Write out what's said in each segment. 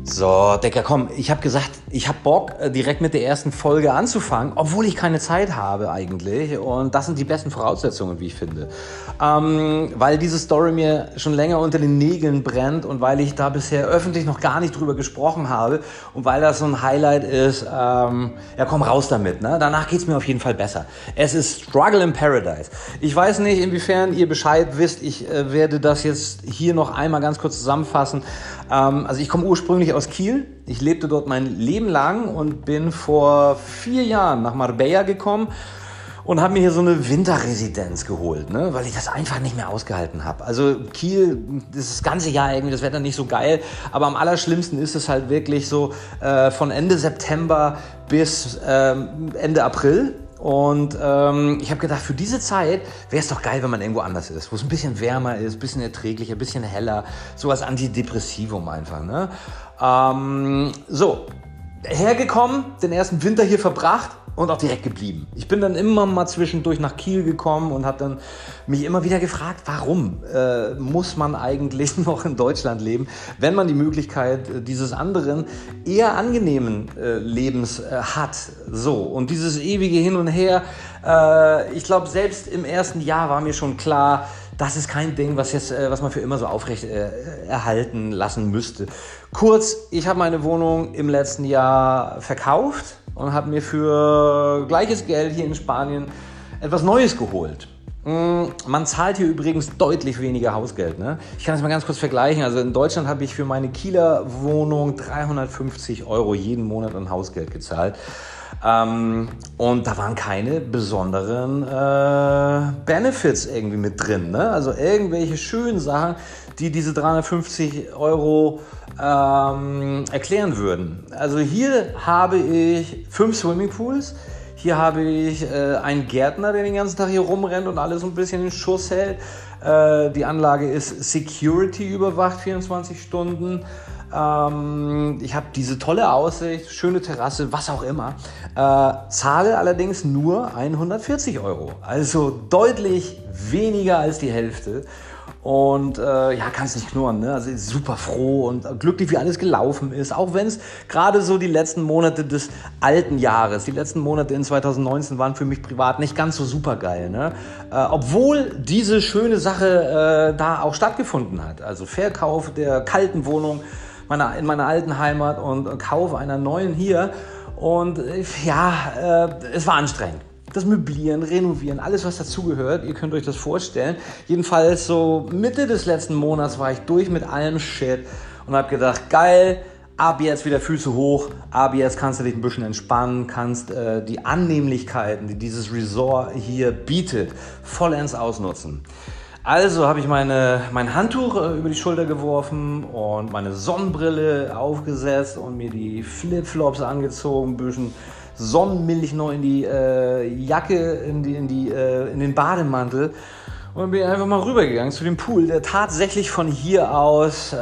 So, Decker, komm, ich habe gesagt, ich habe Bock, direkt mit der ersten Folge anzufangen, obwohl ich keine Zeit habe eigentlich. Und das sind die besten Voraussetzungen, wie ich finde. Weil diese Story mir schon länger unter den Nägeln brennt und weil ich da bisher öffentlich noch gar nicht drüber gesprochen habe und weil das so ein Highlight ist, ja komm, raus damit, ne? Danach geht's mir auf jeden Fall besser. Es ist Struggle in Paradise. Ich weiß nicht, inwiefern ihr Bescheid wisst. Ich werde das jetzt hier noch einmal ganz kurz zusammenfassen. Also ich komme ursprünglich aus Kiel. Ich lebte dort mein Leben lang und bin vor 4 Jahren nach Marbella gekommen und habe mir hier so eine Winterresidenz geholt, ne? Weil ich das einfach nicht mehr ausgehalten habe. Also Kiel, das ganze Jahr irgendwie, das Wetter nicht so geil, aber am allerschlimmsten ist es halt wirklich so von Ende September bis Ende April. Und ich habe gedacht, für diese Zeit wäre es doch geil, wenn man irgendwo anders ist, wo es ein bisschen wärmer ist, ein bisschen erträglicher, ein bisschen heller, so als Antidepressivum einfach, ne? So, hergekommen, den ersten Winter hier verbracht und auch direkt geblieben. Ich bin dann immer mal zwischendurch nach Kiel gekommen und habe dann mich immer wieder gefragt, warum muss man eigentlich noch in Deutschland leben, wenn man die Möglichkeit dieses anderen, eher angenehmen Lebens hat. So, und dieses ewige Hin und Her, ich glaube, selbst im ersten Jahr war mir schon klar, das ist kein Ding, was man für immer so aufrecht erhalten lassen müsste. Kurz, ich habe meine Wohnung im letzten Jahr verkauft und habe mir für gleiches Geld hier in Spanien etwas Neues geholt. Man zahlt hier übrigens deutlich weniger Hausgeld, ne? Ich kann das mal ganz kurz vergleichen. Also in Deutschland habe ich für meine Kieler Wohnung 350 € jeden Monat an Hausgeld gezahlt. Und da waren keine besonderen Benefits irgendwie mit drin, ne? Also irgendwelche schönen Sachen, die diese 350 € erklären würden. Also hier habe ich 5 Swimmingpools. Hier habe ich einen Gärtner, der den ganzen Tag hier rumrennt und alles so ein bisschen in Schuss hält. Die Anlage ist Security überwacht, 24 Stunden. Ich habe diese tolle Aussicht, schöne Terrasse, was auch immer. Zahle allerdings nur 140 €. Also deutlich weniger als die Hälfte. Und ja, kann es nicht knurren, ne? Also super froh und glücklich, wie alles gelaufen ist. Auch wenn es gerade so die letzten Monate des alten Jahres, die letzten Monate in 2019 waren für mich privat nicht ganz so super geil, ne? Obwohl diese schöne Sache da auch stattgefunden hat. Also Verkauf der kalten Wohnung in meiner alten Heimat und Kauf einer neuen hier. Und ja, es war anstrengend. Das Möblieren, Renovieren, alles was dazugehört, ihr könnt euch das vorstellen. Jedenfalls so Mitte des letzten Monats war ich durch mit allem Shit und habe gedacht, geil, ab jetzt wieder Füße hoch, ab jetzt kannst du dich ein bisschen entspannen, kannst die Annehmlichkeiten, die dieses Resort hier bietet, vollends ausnutzen. Also habe ich mein Handtuch über die Schulter geworfen und meine Sonnenbrille aufgesetzt und mir die Flipflops angezogen, ein bisschen Sonnenmilch noch in die Jacke, in den Bademantel und bin einfach mal rübergegangen zu dem Pool, der tatsächlich von hier aus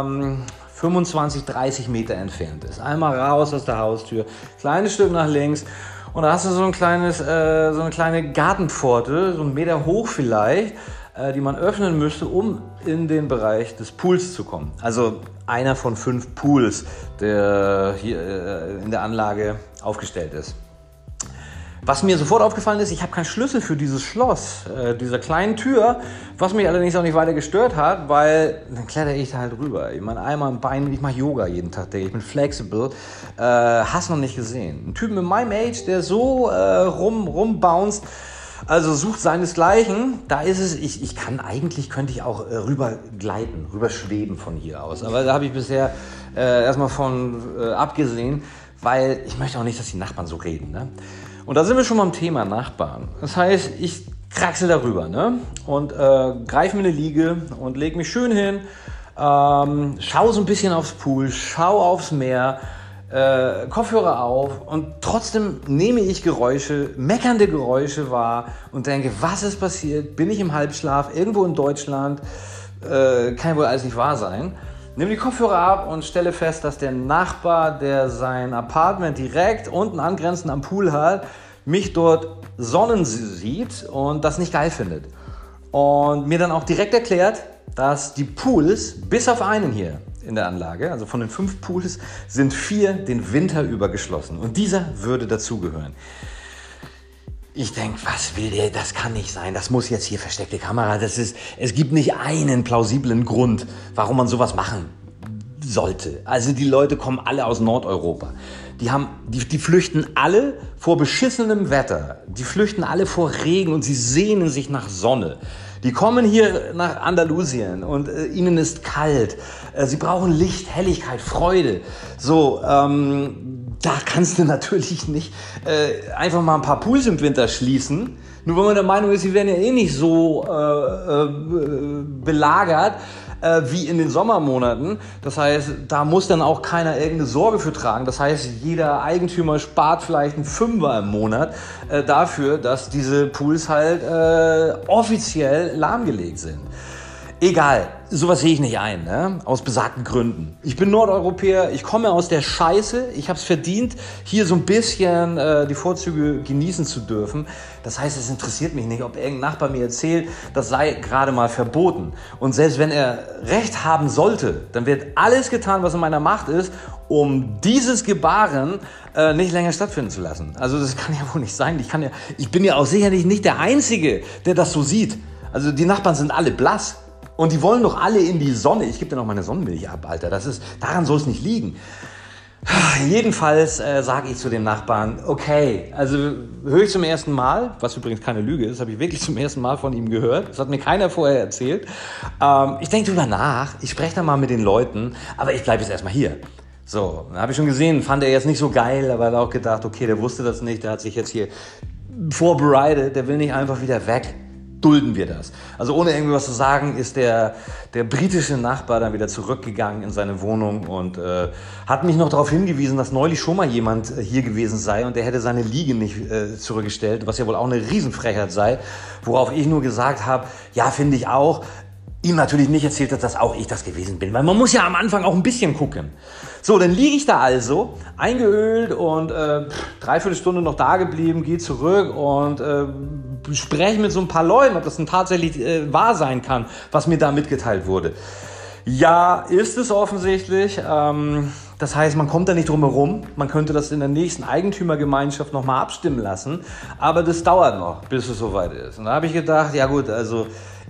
25, 30 Meter entfernt ist. Einmal raus aus der Haustür, kleines Stück nach links und da hast du so eine kleine Gartenpforte, so 1 Meter hoch vielleicht, die man öffnen müsste, um in den Bereich des Pools zu kommen. Also einer von 5 Pools, der hier in der Anlage aufgestellt ist. Was mir sofort aufgefallen ist, ich habe keinen Schlüssel für dieses Schloss, dieser kleinen Tür, was mich allerdings auch nicht weiter gestört hat, weil dann kletter ich da halt rüber. Ich meine, einmal im Bein, ich mache Yoga jeden Tag, ich bin flexible, hast noch nicht gesehen. Ein Typ mit meinem Age, der so rumbounced, also sucht seinesgleichen. Da ist es, könnte ich auch rüberschweben von hier aus. Aber da habe ich bisher erstmal von abgesehen, weil ich möchte auch nicht, dass die Nachbarn so reden, ne? Und da sind wir schon beim Thema Nachbarn. Das heißt, ich kraxel darüber, ne? Und greife mir eine Liege und lege mich schön hin, schau so ein bisschen aufs Pool, schau aufs Meer, Kopfhörer auf und trotzdem nehme ich meckernde Geräusche wahr und denke, was ist passiert? Bin ich im Halbschlaf irgendwo in Deutschland? Kann wohl alles nicht wahr sein. Nehme die Kopfhörer ab und stelle fest, dass der Nachbar, der sein Apartment direkt unten angrenzend am Pool hat, mich dort sonnen sieht und das nicht geil findet. Und mir dann auch direkt erklärt, dass die Pools, bis auf einen hier, in der Anlage. Also von den 5 Pools sind 4 den Winter über geschlossen. Und dieser würde dazugehören. Ich denke, was will der? Das kann nicht sein. Das muss jetzt hier versteckte Kamera. Es gibt nicht einen plausiblen Grund, warum man sowas machen sollte. Also die Leute kommen alle aus Nordeuropa. Die flüchten alle vor beschissenem Wetter. Die flüchten alle vor Regen und sie sehnen sich nach Sonne. Die kommen hier nach Andalusien und ihnen ist kalt. Sie brauchen Licht, Helligkeit, Freude. So, da kannst du natürlich nicht einfach mal ein paar Pools im Winter schließen. Nur wenn man der Meinung ist, sie werden ja eh nicht so belagert wie in den Sommermonaten. Das heißt, da muss dann auch keiner irgendeine Sorge für tragen. Das heißt, jeder Eigentümer spart vielleicht einen Fünfer im Monat dafür, dass diese Pools halt offiziell lahmgelegt sind. Egal, sowas sehe ich nicht ein, ne? Aus besagten Gründen. Ich bin Nordeuropäer, ich komme aus der Scheiße, ich habe es verdient, hier so ein bisschen die Vorzüge genießen zu dürfen. Das heißt, es interessiert mich nicht, ob irgendein Nachbar mir erzählt, das sei gerade mal verboten. Und selbst wenn er Recht haben sollte, dann wird alles getan, was in meiner Macht ist, um dieses Gebaren nicht länger stattfinden zu lassen. Also das kann ja wohl nicht sein. Ich bin ja auch sicherlich nicht der Einzige, der das so sieht. Also die Nachbarn sind alle blass. Und die wollen doch alle in die Sonne. Ich gebe dir noch meine Sonnenmilch ab, Alter. Daran soll es nicht liegen. Jedenfalls sage ich zu den Nachbarn, okay, also höre ich zum ersten Mal, was übrigens keine Lüge ist, habe ich wirklich zum ersten Mal von ihm gehört. Das hat mir keiner vorher erzählt. Ich denke drüber nach, ich spreche da mal mit den Leuten, aber ich bleibe jetzt erstmal hier. So, dann habe ich schon gesehen, fand er jetzt nicht so geil, aber hat auch gedacht, okay, der wusste das nicht, der hat sich jetzt hier vorbereitet, der will nicht einfach wieder weg. Dulden wir das. Also ohne irgendwie was zu sagen, ist der britische Nachbar dann wieder zurückgegangen in seine Wohnung und hat mich noch darauf hingewiesen, dass neulich schon mal jemand hier gewesen sei und der hätte seine Liege nicht zurückgestellt, was ja wohl auch eine Riesenfrechheit sei, worauf ich nur gesagt habe, ja, finde ich auch. Ihm natürlich nicht erzählt hat, dass auch ich das gewesen bin, weil man muss ja am Anfang auch ein bisschen gucken. So, dann liege ich da also, eingeölt und 3/4 Stunde noch da geblieben, gehe zurück und spreche mit so ein paar Leuten, ob das denn tatsächlich wahr sein kann, was mir da mitgeteilt wurde. Ja, ist es offensichtlich. Das heißt, man kommt da nicht drum herum. Man könnte das in der nächsten Eigentümergemeinschaft nochmal abstimmen lassen. Aber das dauert noch, bis es soweit ist. Und da habe ich gedacht, ja gut, also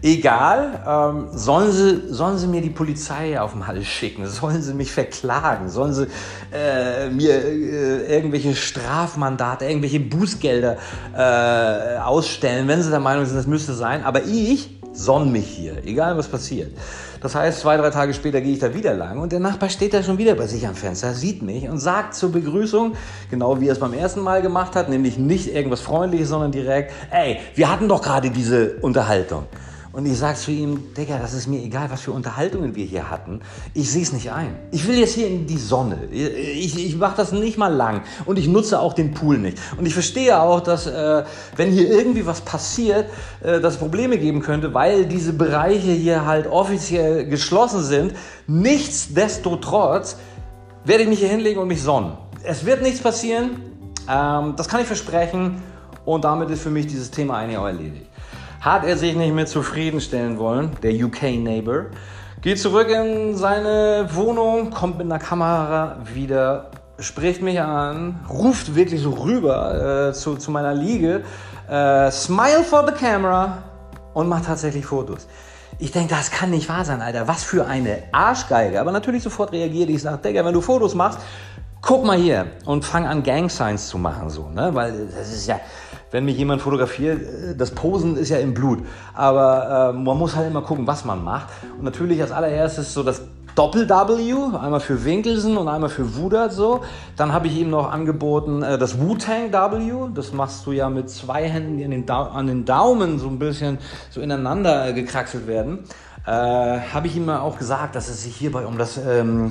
egal, sollen sie mir die Polizei auf den Hals schicken, sollen sie mich verklagen, sollen sie mir irgendwelche Strafmandate, irgendwelche Bußgelder ausstellen, wenn sie der Meinung sind, das müsste sein. Aber ich sonne mich hier, egal was passiert. Das heißt, 2-3 Tage später gehe ich da wieder lang und der Nachbar steht da schon wieder bei sich am Fenster, sieht mich und sagt zur Begrüßung, genau wie er es beim ersten Mal gemacht hat, nämlich nicht irgendwas Freundliches, sondern direkt, ey, wir hatten doch gerade diese Unterhaltung. Und ich sage zu ihm, Digga, das ist mir egal, was für Unterhaltungen wir hier hatten. Ich sehe es nicht ein. Ich will jetzt hier in die Sonne. Ich mache das nicht mal lang. Und ich nutze auch den Pool nicht. Und ich verstehe auch, dass wenn hier irgendwie was passiert, das Probleme geben könnte, weil diese Bereiche hier halt offiziell geschlossen sind. Nichtsdestotrotz werde ich mich hier hinlegen und mich sonnen. Es wird nichts passieren. Das kann ich versprechen. Und damit ist für mich dieses Thema eigentlich auch erledigt. Hat er sich nicht mehr zufriedenstellen wollen, der UK-Neighbor, geht zurück in seine Wohnung, kommt mit einer Kamera wieder, spricht mich an, ruft wirklich so rüber zu meiner Liege, smile for the camera und macht tatsächlich Fotos. Ich denke, das kann nicht wahr sein, Alter. Was für eine Arschgeige. Aber natürlich sofort reagiert ich, sage, Digga, wenn du Fotos machst, guck mal hier und fang an, Gang-Signs zu machen, so, ne? Weil das ist ja, wenn mich jemand fotografiert, das Posen ist ja im Blut. Aber man muss halt immer gucken, was man macht. Und natürlich als allererstes so das Doppel-W, einmal für Winkelsen und einmal für Wudert so. Dann habe ich ihm noch angeboten das Wu-Tang W. Das machst du ja mit 2 Händen, die an den Daumen so ein bisschen so ineinander gekraxelt werden. Habe ich ihm auch gesagt, dass es sich hierbei um das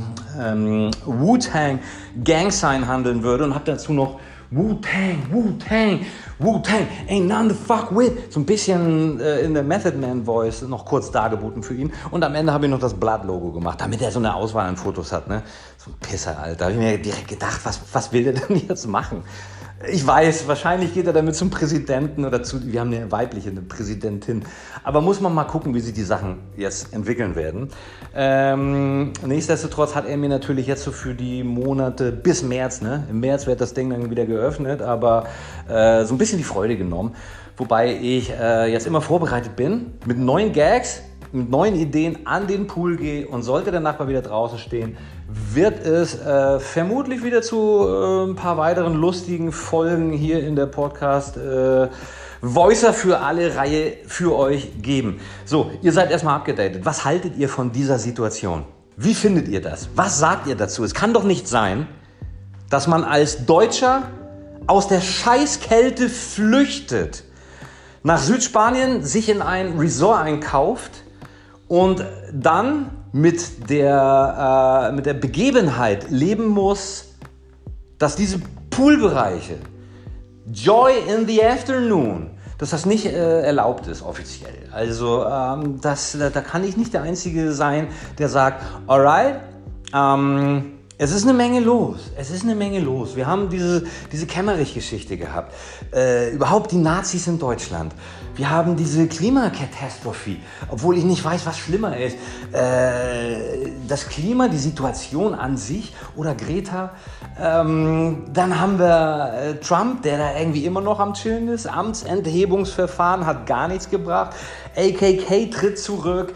Wu-Tang Gang Sign handeln würde und habe dazu noch Wu-Tang, Wu-Tang, Wu-Tang, ain't none to fuck with. So ein bisschen in der Method Man Voice noch kurz dargeboten für ihn. Und am Ende habe ich noch das Blood-Logo gemacht, damit er so eine Auswahl an Fotos hat. Ne? So ein Pisser, Alter. Da habe ich mir direkt gedacht, was will der denn jetzt machen? Ich weiß, wahrscheinlich geht er damit zum Präsidenten oder wir haben eine weibliche, eine Präsidentin. Aber muss man mal gucken, wie sich die Sachen jetzt entwickeln werden. Nichtsdestotrotz hat er mir natürlich jetzt so für die Monate bis März, ne? Im März wird das Ding dann wieder geöffnet, aber so ein bisschen die Freude genommen. Wobei ich jetzt immer vorbereitet bin mit neuen Gags, mit neuen Ideen an den Pool gehe und sollte der Nachbar wieder draußen stehen, wird es vermutlich wieder zu ein paar weiteren lustigen Folgen hier in der Podcast Voicer für alle Reihe für euch geben. So, ihr seid erstmal abgedatet. Was haltet ihr von dieser Situation? Wie findet ihr das? Was sagt ihr dazu? Es kann doch nicht sein, dass man als Deutscher aus der Scheißkälte flüchtet, nach Südspanien sich in ein Resort einkauft und dann mit der Begebenheit leben muss, dass diese Poolbereiche, Joy in the Afternoon, dass das nicht erlaubt ist offiziell. Also da kann ich nicht der Einzige sein, der sagt, alright, es ist eine Menge los. Es ist eine Menge los. Wir haben diese Kemmerich-Geschichte gehabt. Überhaupt die Nazis in Deutschland. Wir haben diese Klimakatastrophe, obwohl ich nicht weiß, was schlimmer ist. Das Klima, die Situation an sich oder Greta. Dann haben wir Trump, der da irgendwie immer noch am Chillen ist. Amtsenthebungsverfahren hat gar nichts gebracht. AKK tritt zurück.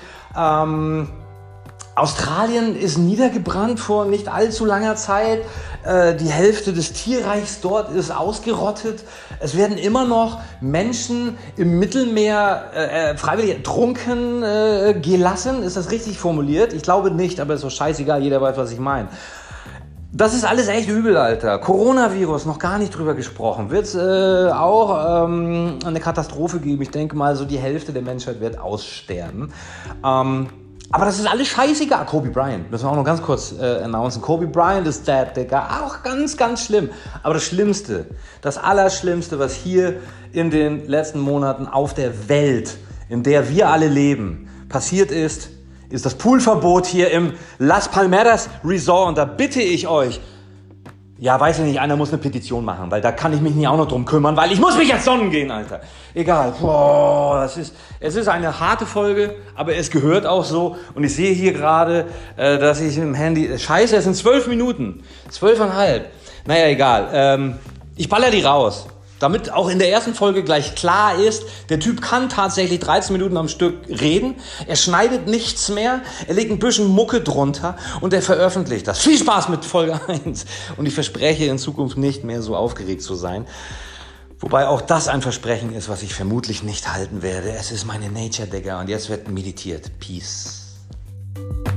Australien ist niedergebrannt vor nicht allzu langer Zeit. Die Hälfte des Tierreichs dort ist ausgerottet. Es werden immer noch Menschen im Mittelmeer freiwillig ertrunken gelassen. Ist das richtig formuliert? Ich glaube nicht, aber ist doch scheißegal. Jeder weiß, was ich meine. Das ist alles echt übel, Alter. Coronavirus, noch gar nicht drüber gesprochen. Wird es auch eine Katastrophe geben. Ich denke mal, so die Hälfte der Menschheit wird aussterben. Aber das ist alles scheißegal. Kobe Bryant, müssen wir auch noch ganz kurz announcen. Kobe Bryant ist dead, Digga. Auch ganz, ganz schlimm. Aber das Schlimmste, das Allerschlimmste, was hier in den letzten Monaten auf der Welt, in der wir alle leben, passiert ist das Poolverbot hier im Las Palmeras Resort. Und da bitte ich euch, ja, weiß ich nicht, einer muss eine Petition machen, weil da kann ich mich nicht auch noch drum kümmern, weil ich muss mich jetzt sonnen gehen, Alter. Egal. Boah, es ist eine harte Folge, aber es gehört auch so. Und ich sehe hier gerade, dass ich im Handy, scheiße, es sind 12 Minuten, 12,5. Naja, egal. Ich baller die raus. Damit auch in der ersten Folge gleich klar ist, der Typ kann tatsächlich 13 Minuten am Stück reden. Er schneidet nichts mehr. Er legt ein bisschen Mucke drunter und er veröffentlicht das. Viel Spaß mit Folge 1. Und ich verspreche in Zukunft nicht mehr so aufgeregt zu sein. Wobei auch das ein Versprechen ist, was ich vermutlich nicht halten werde. Es ist meine Nature, Digga. Und jetzt wird meditiert. Peace.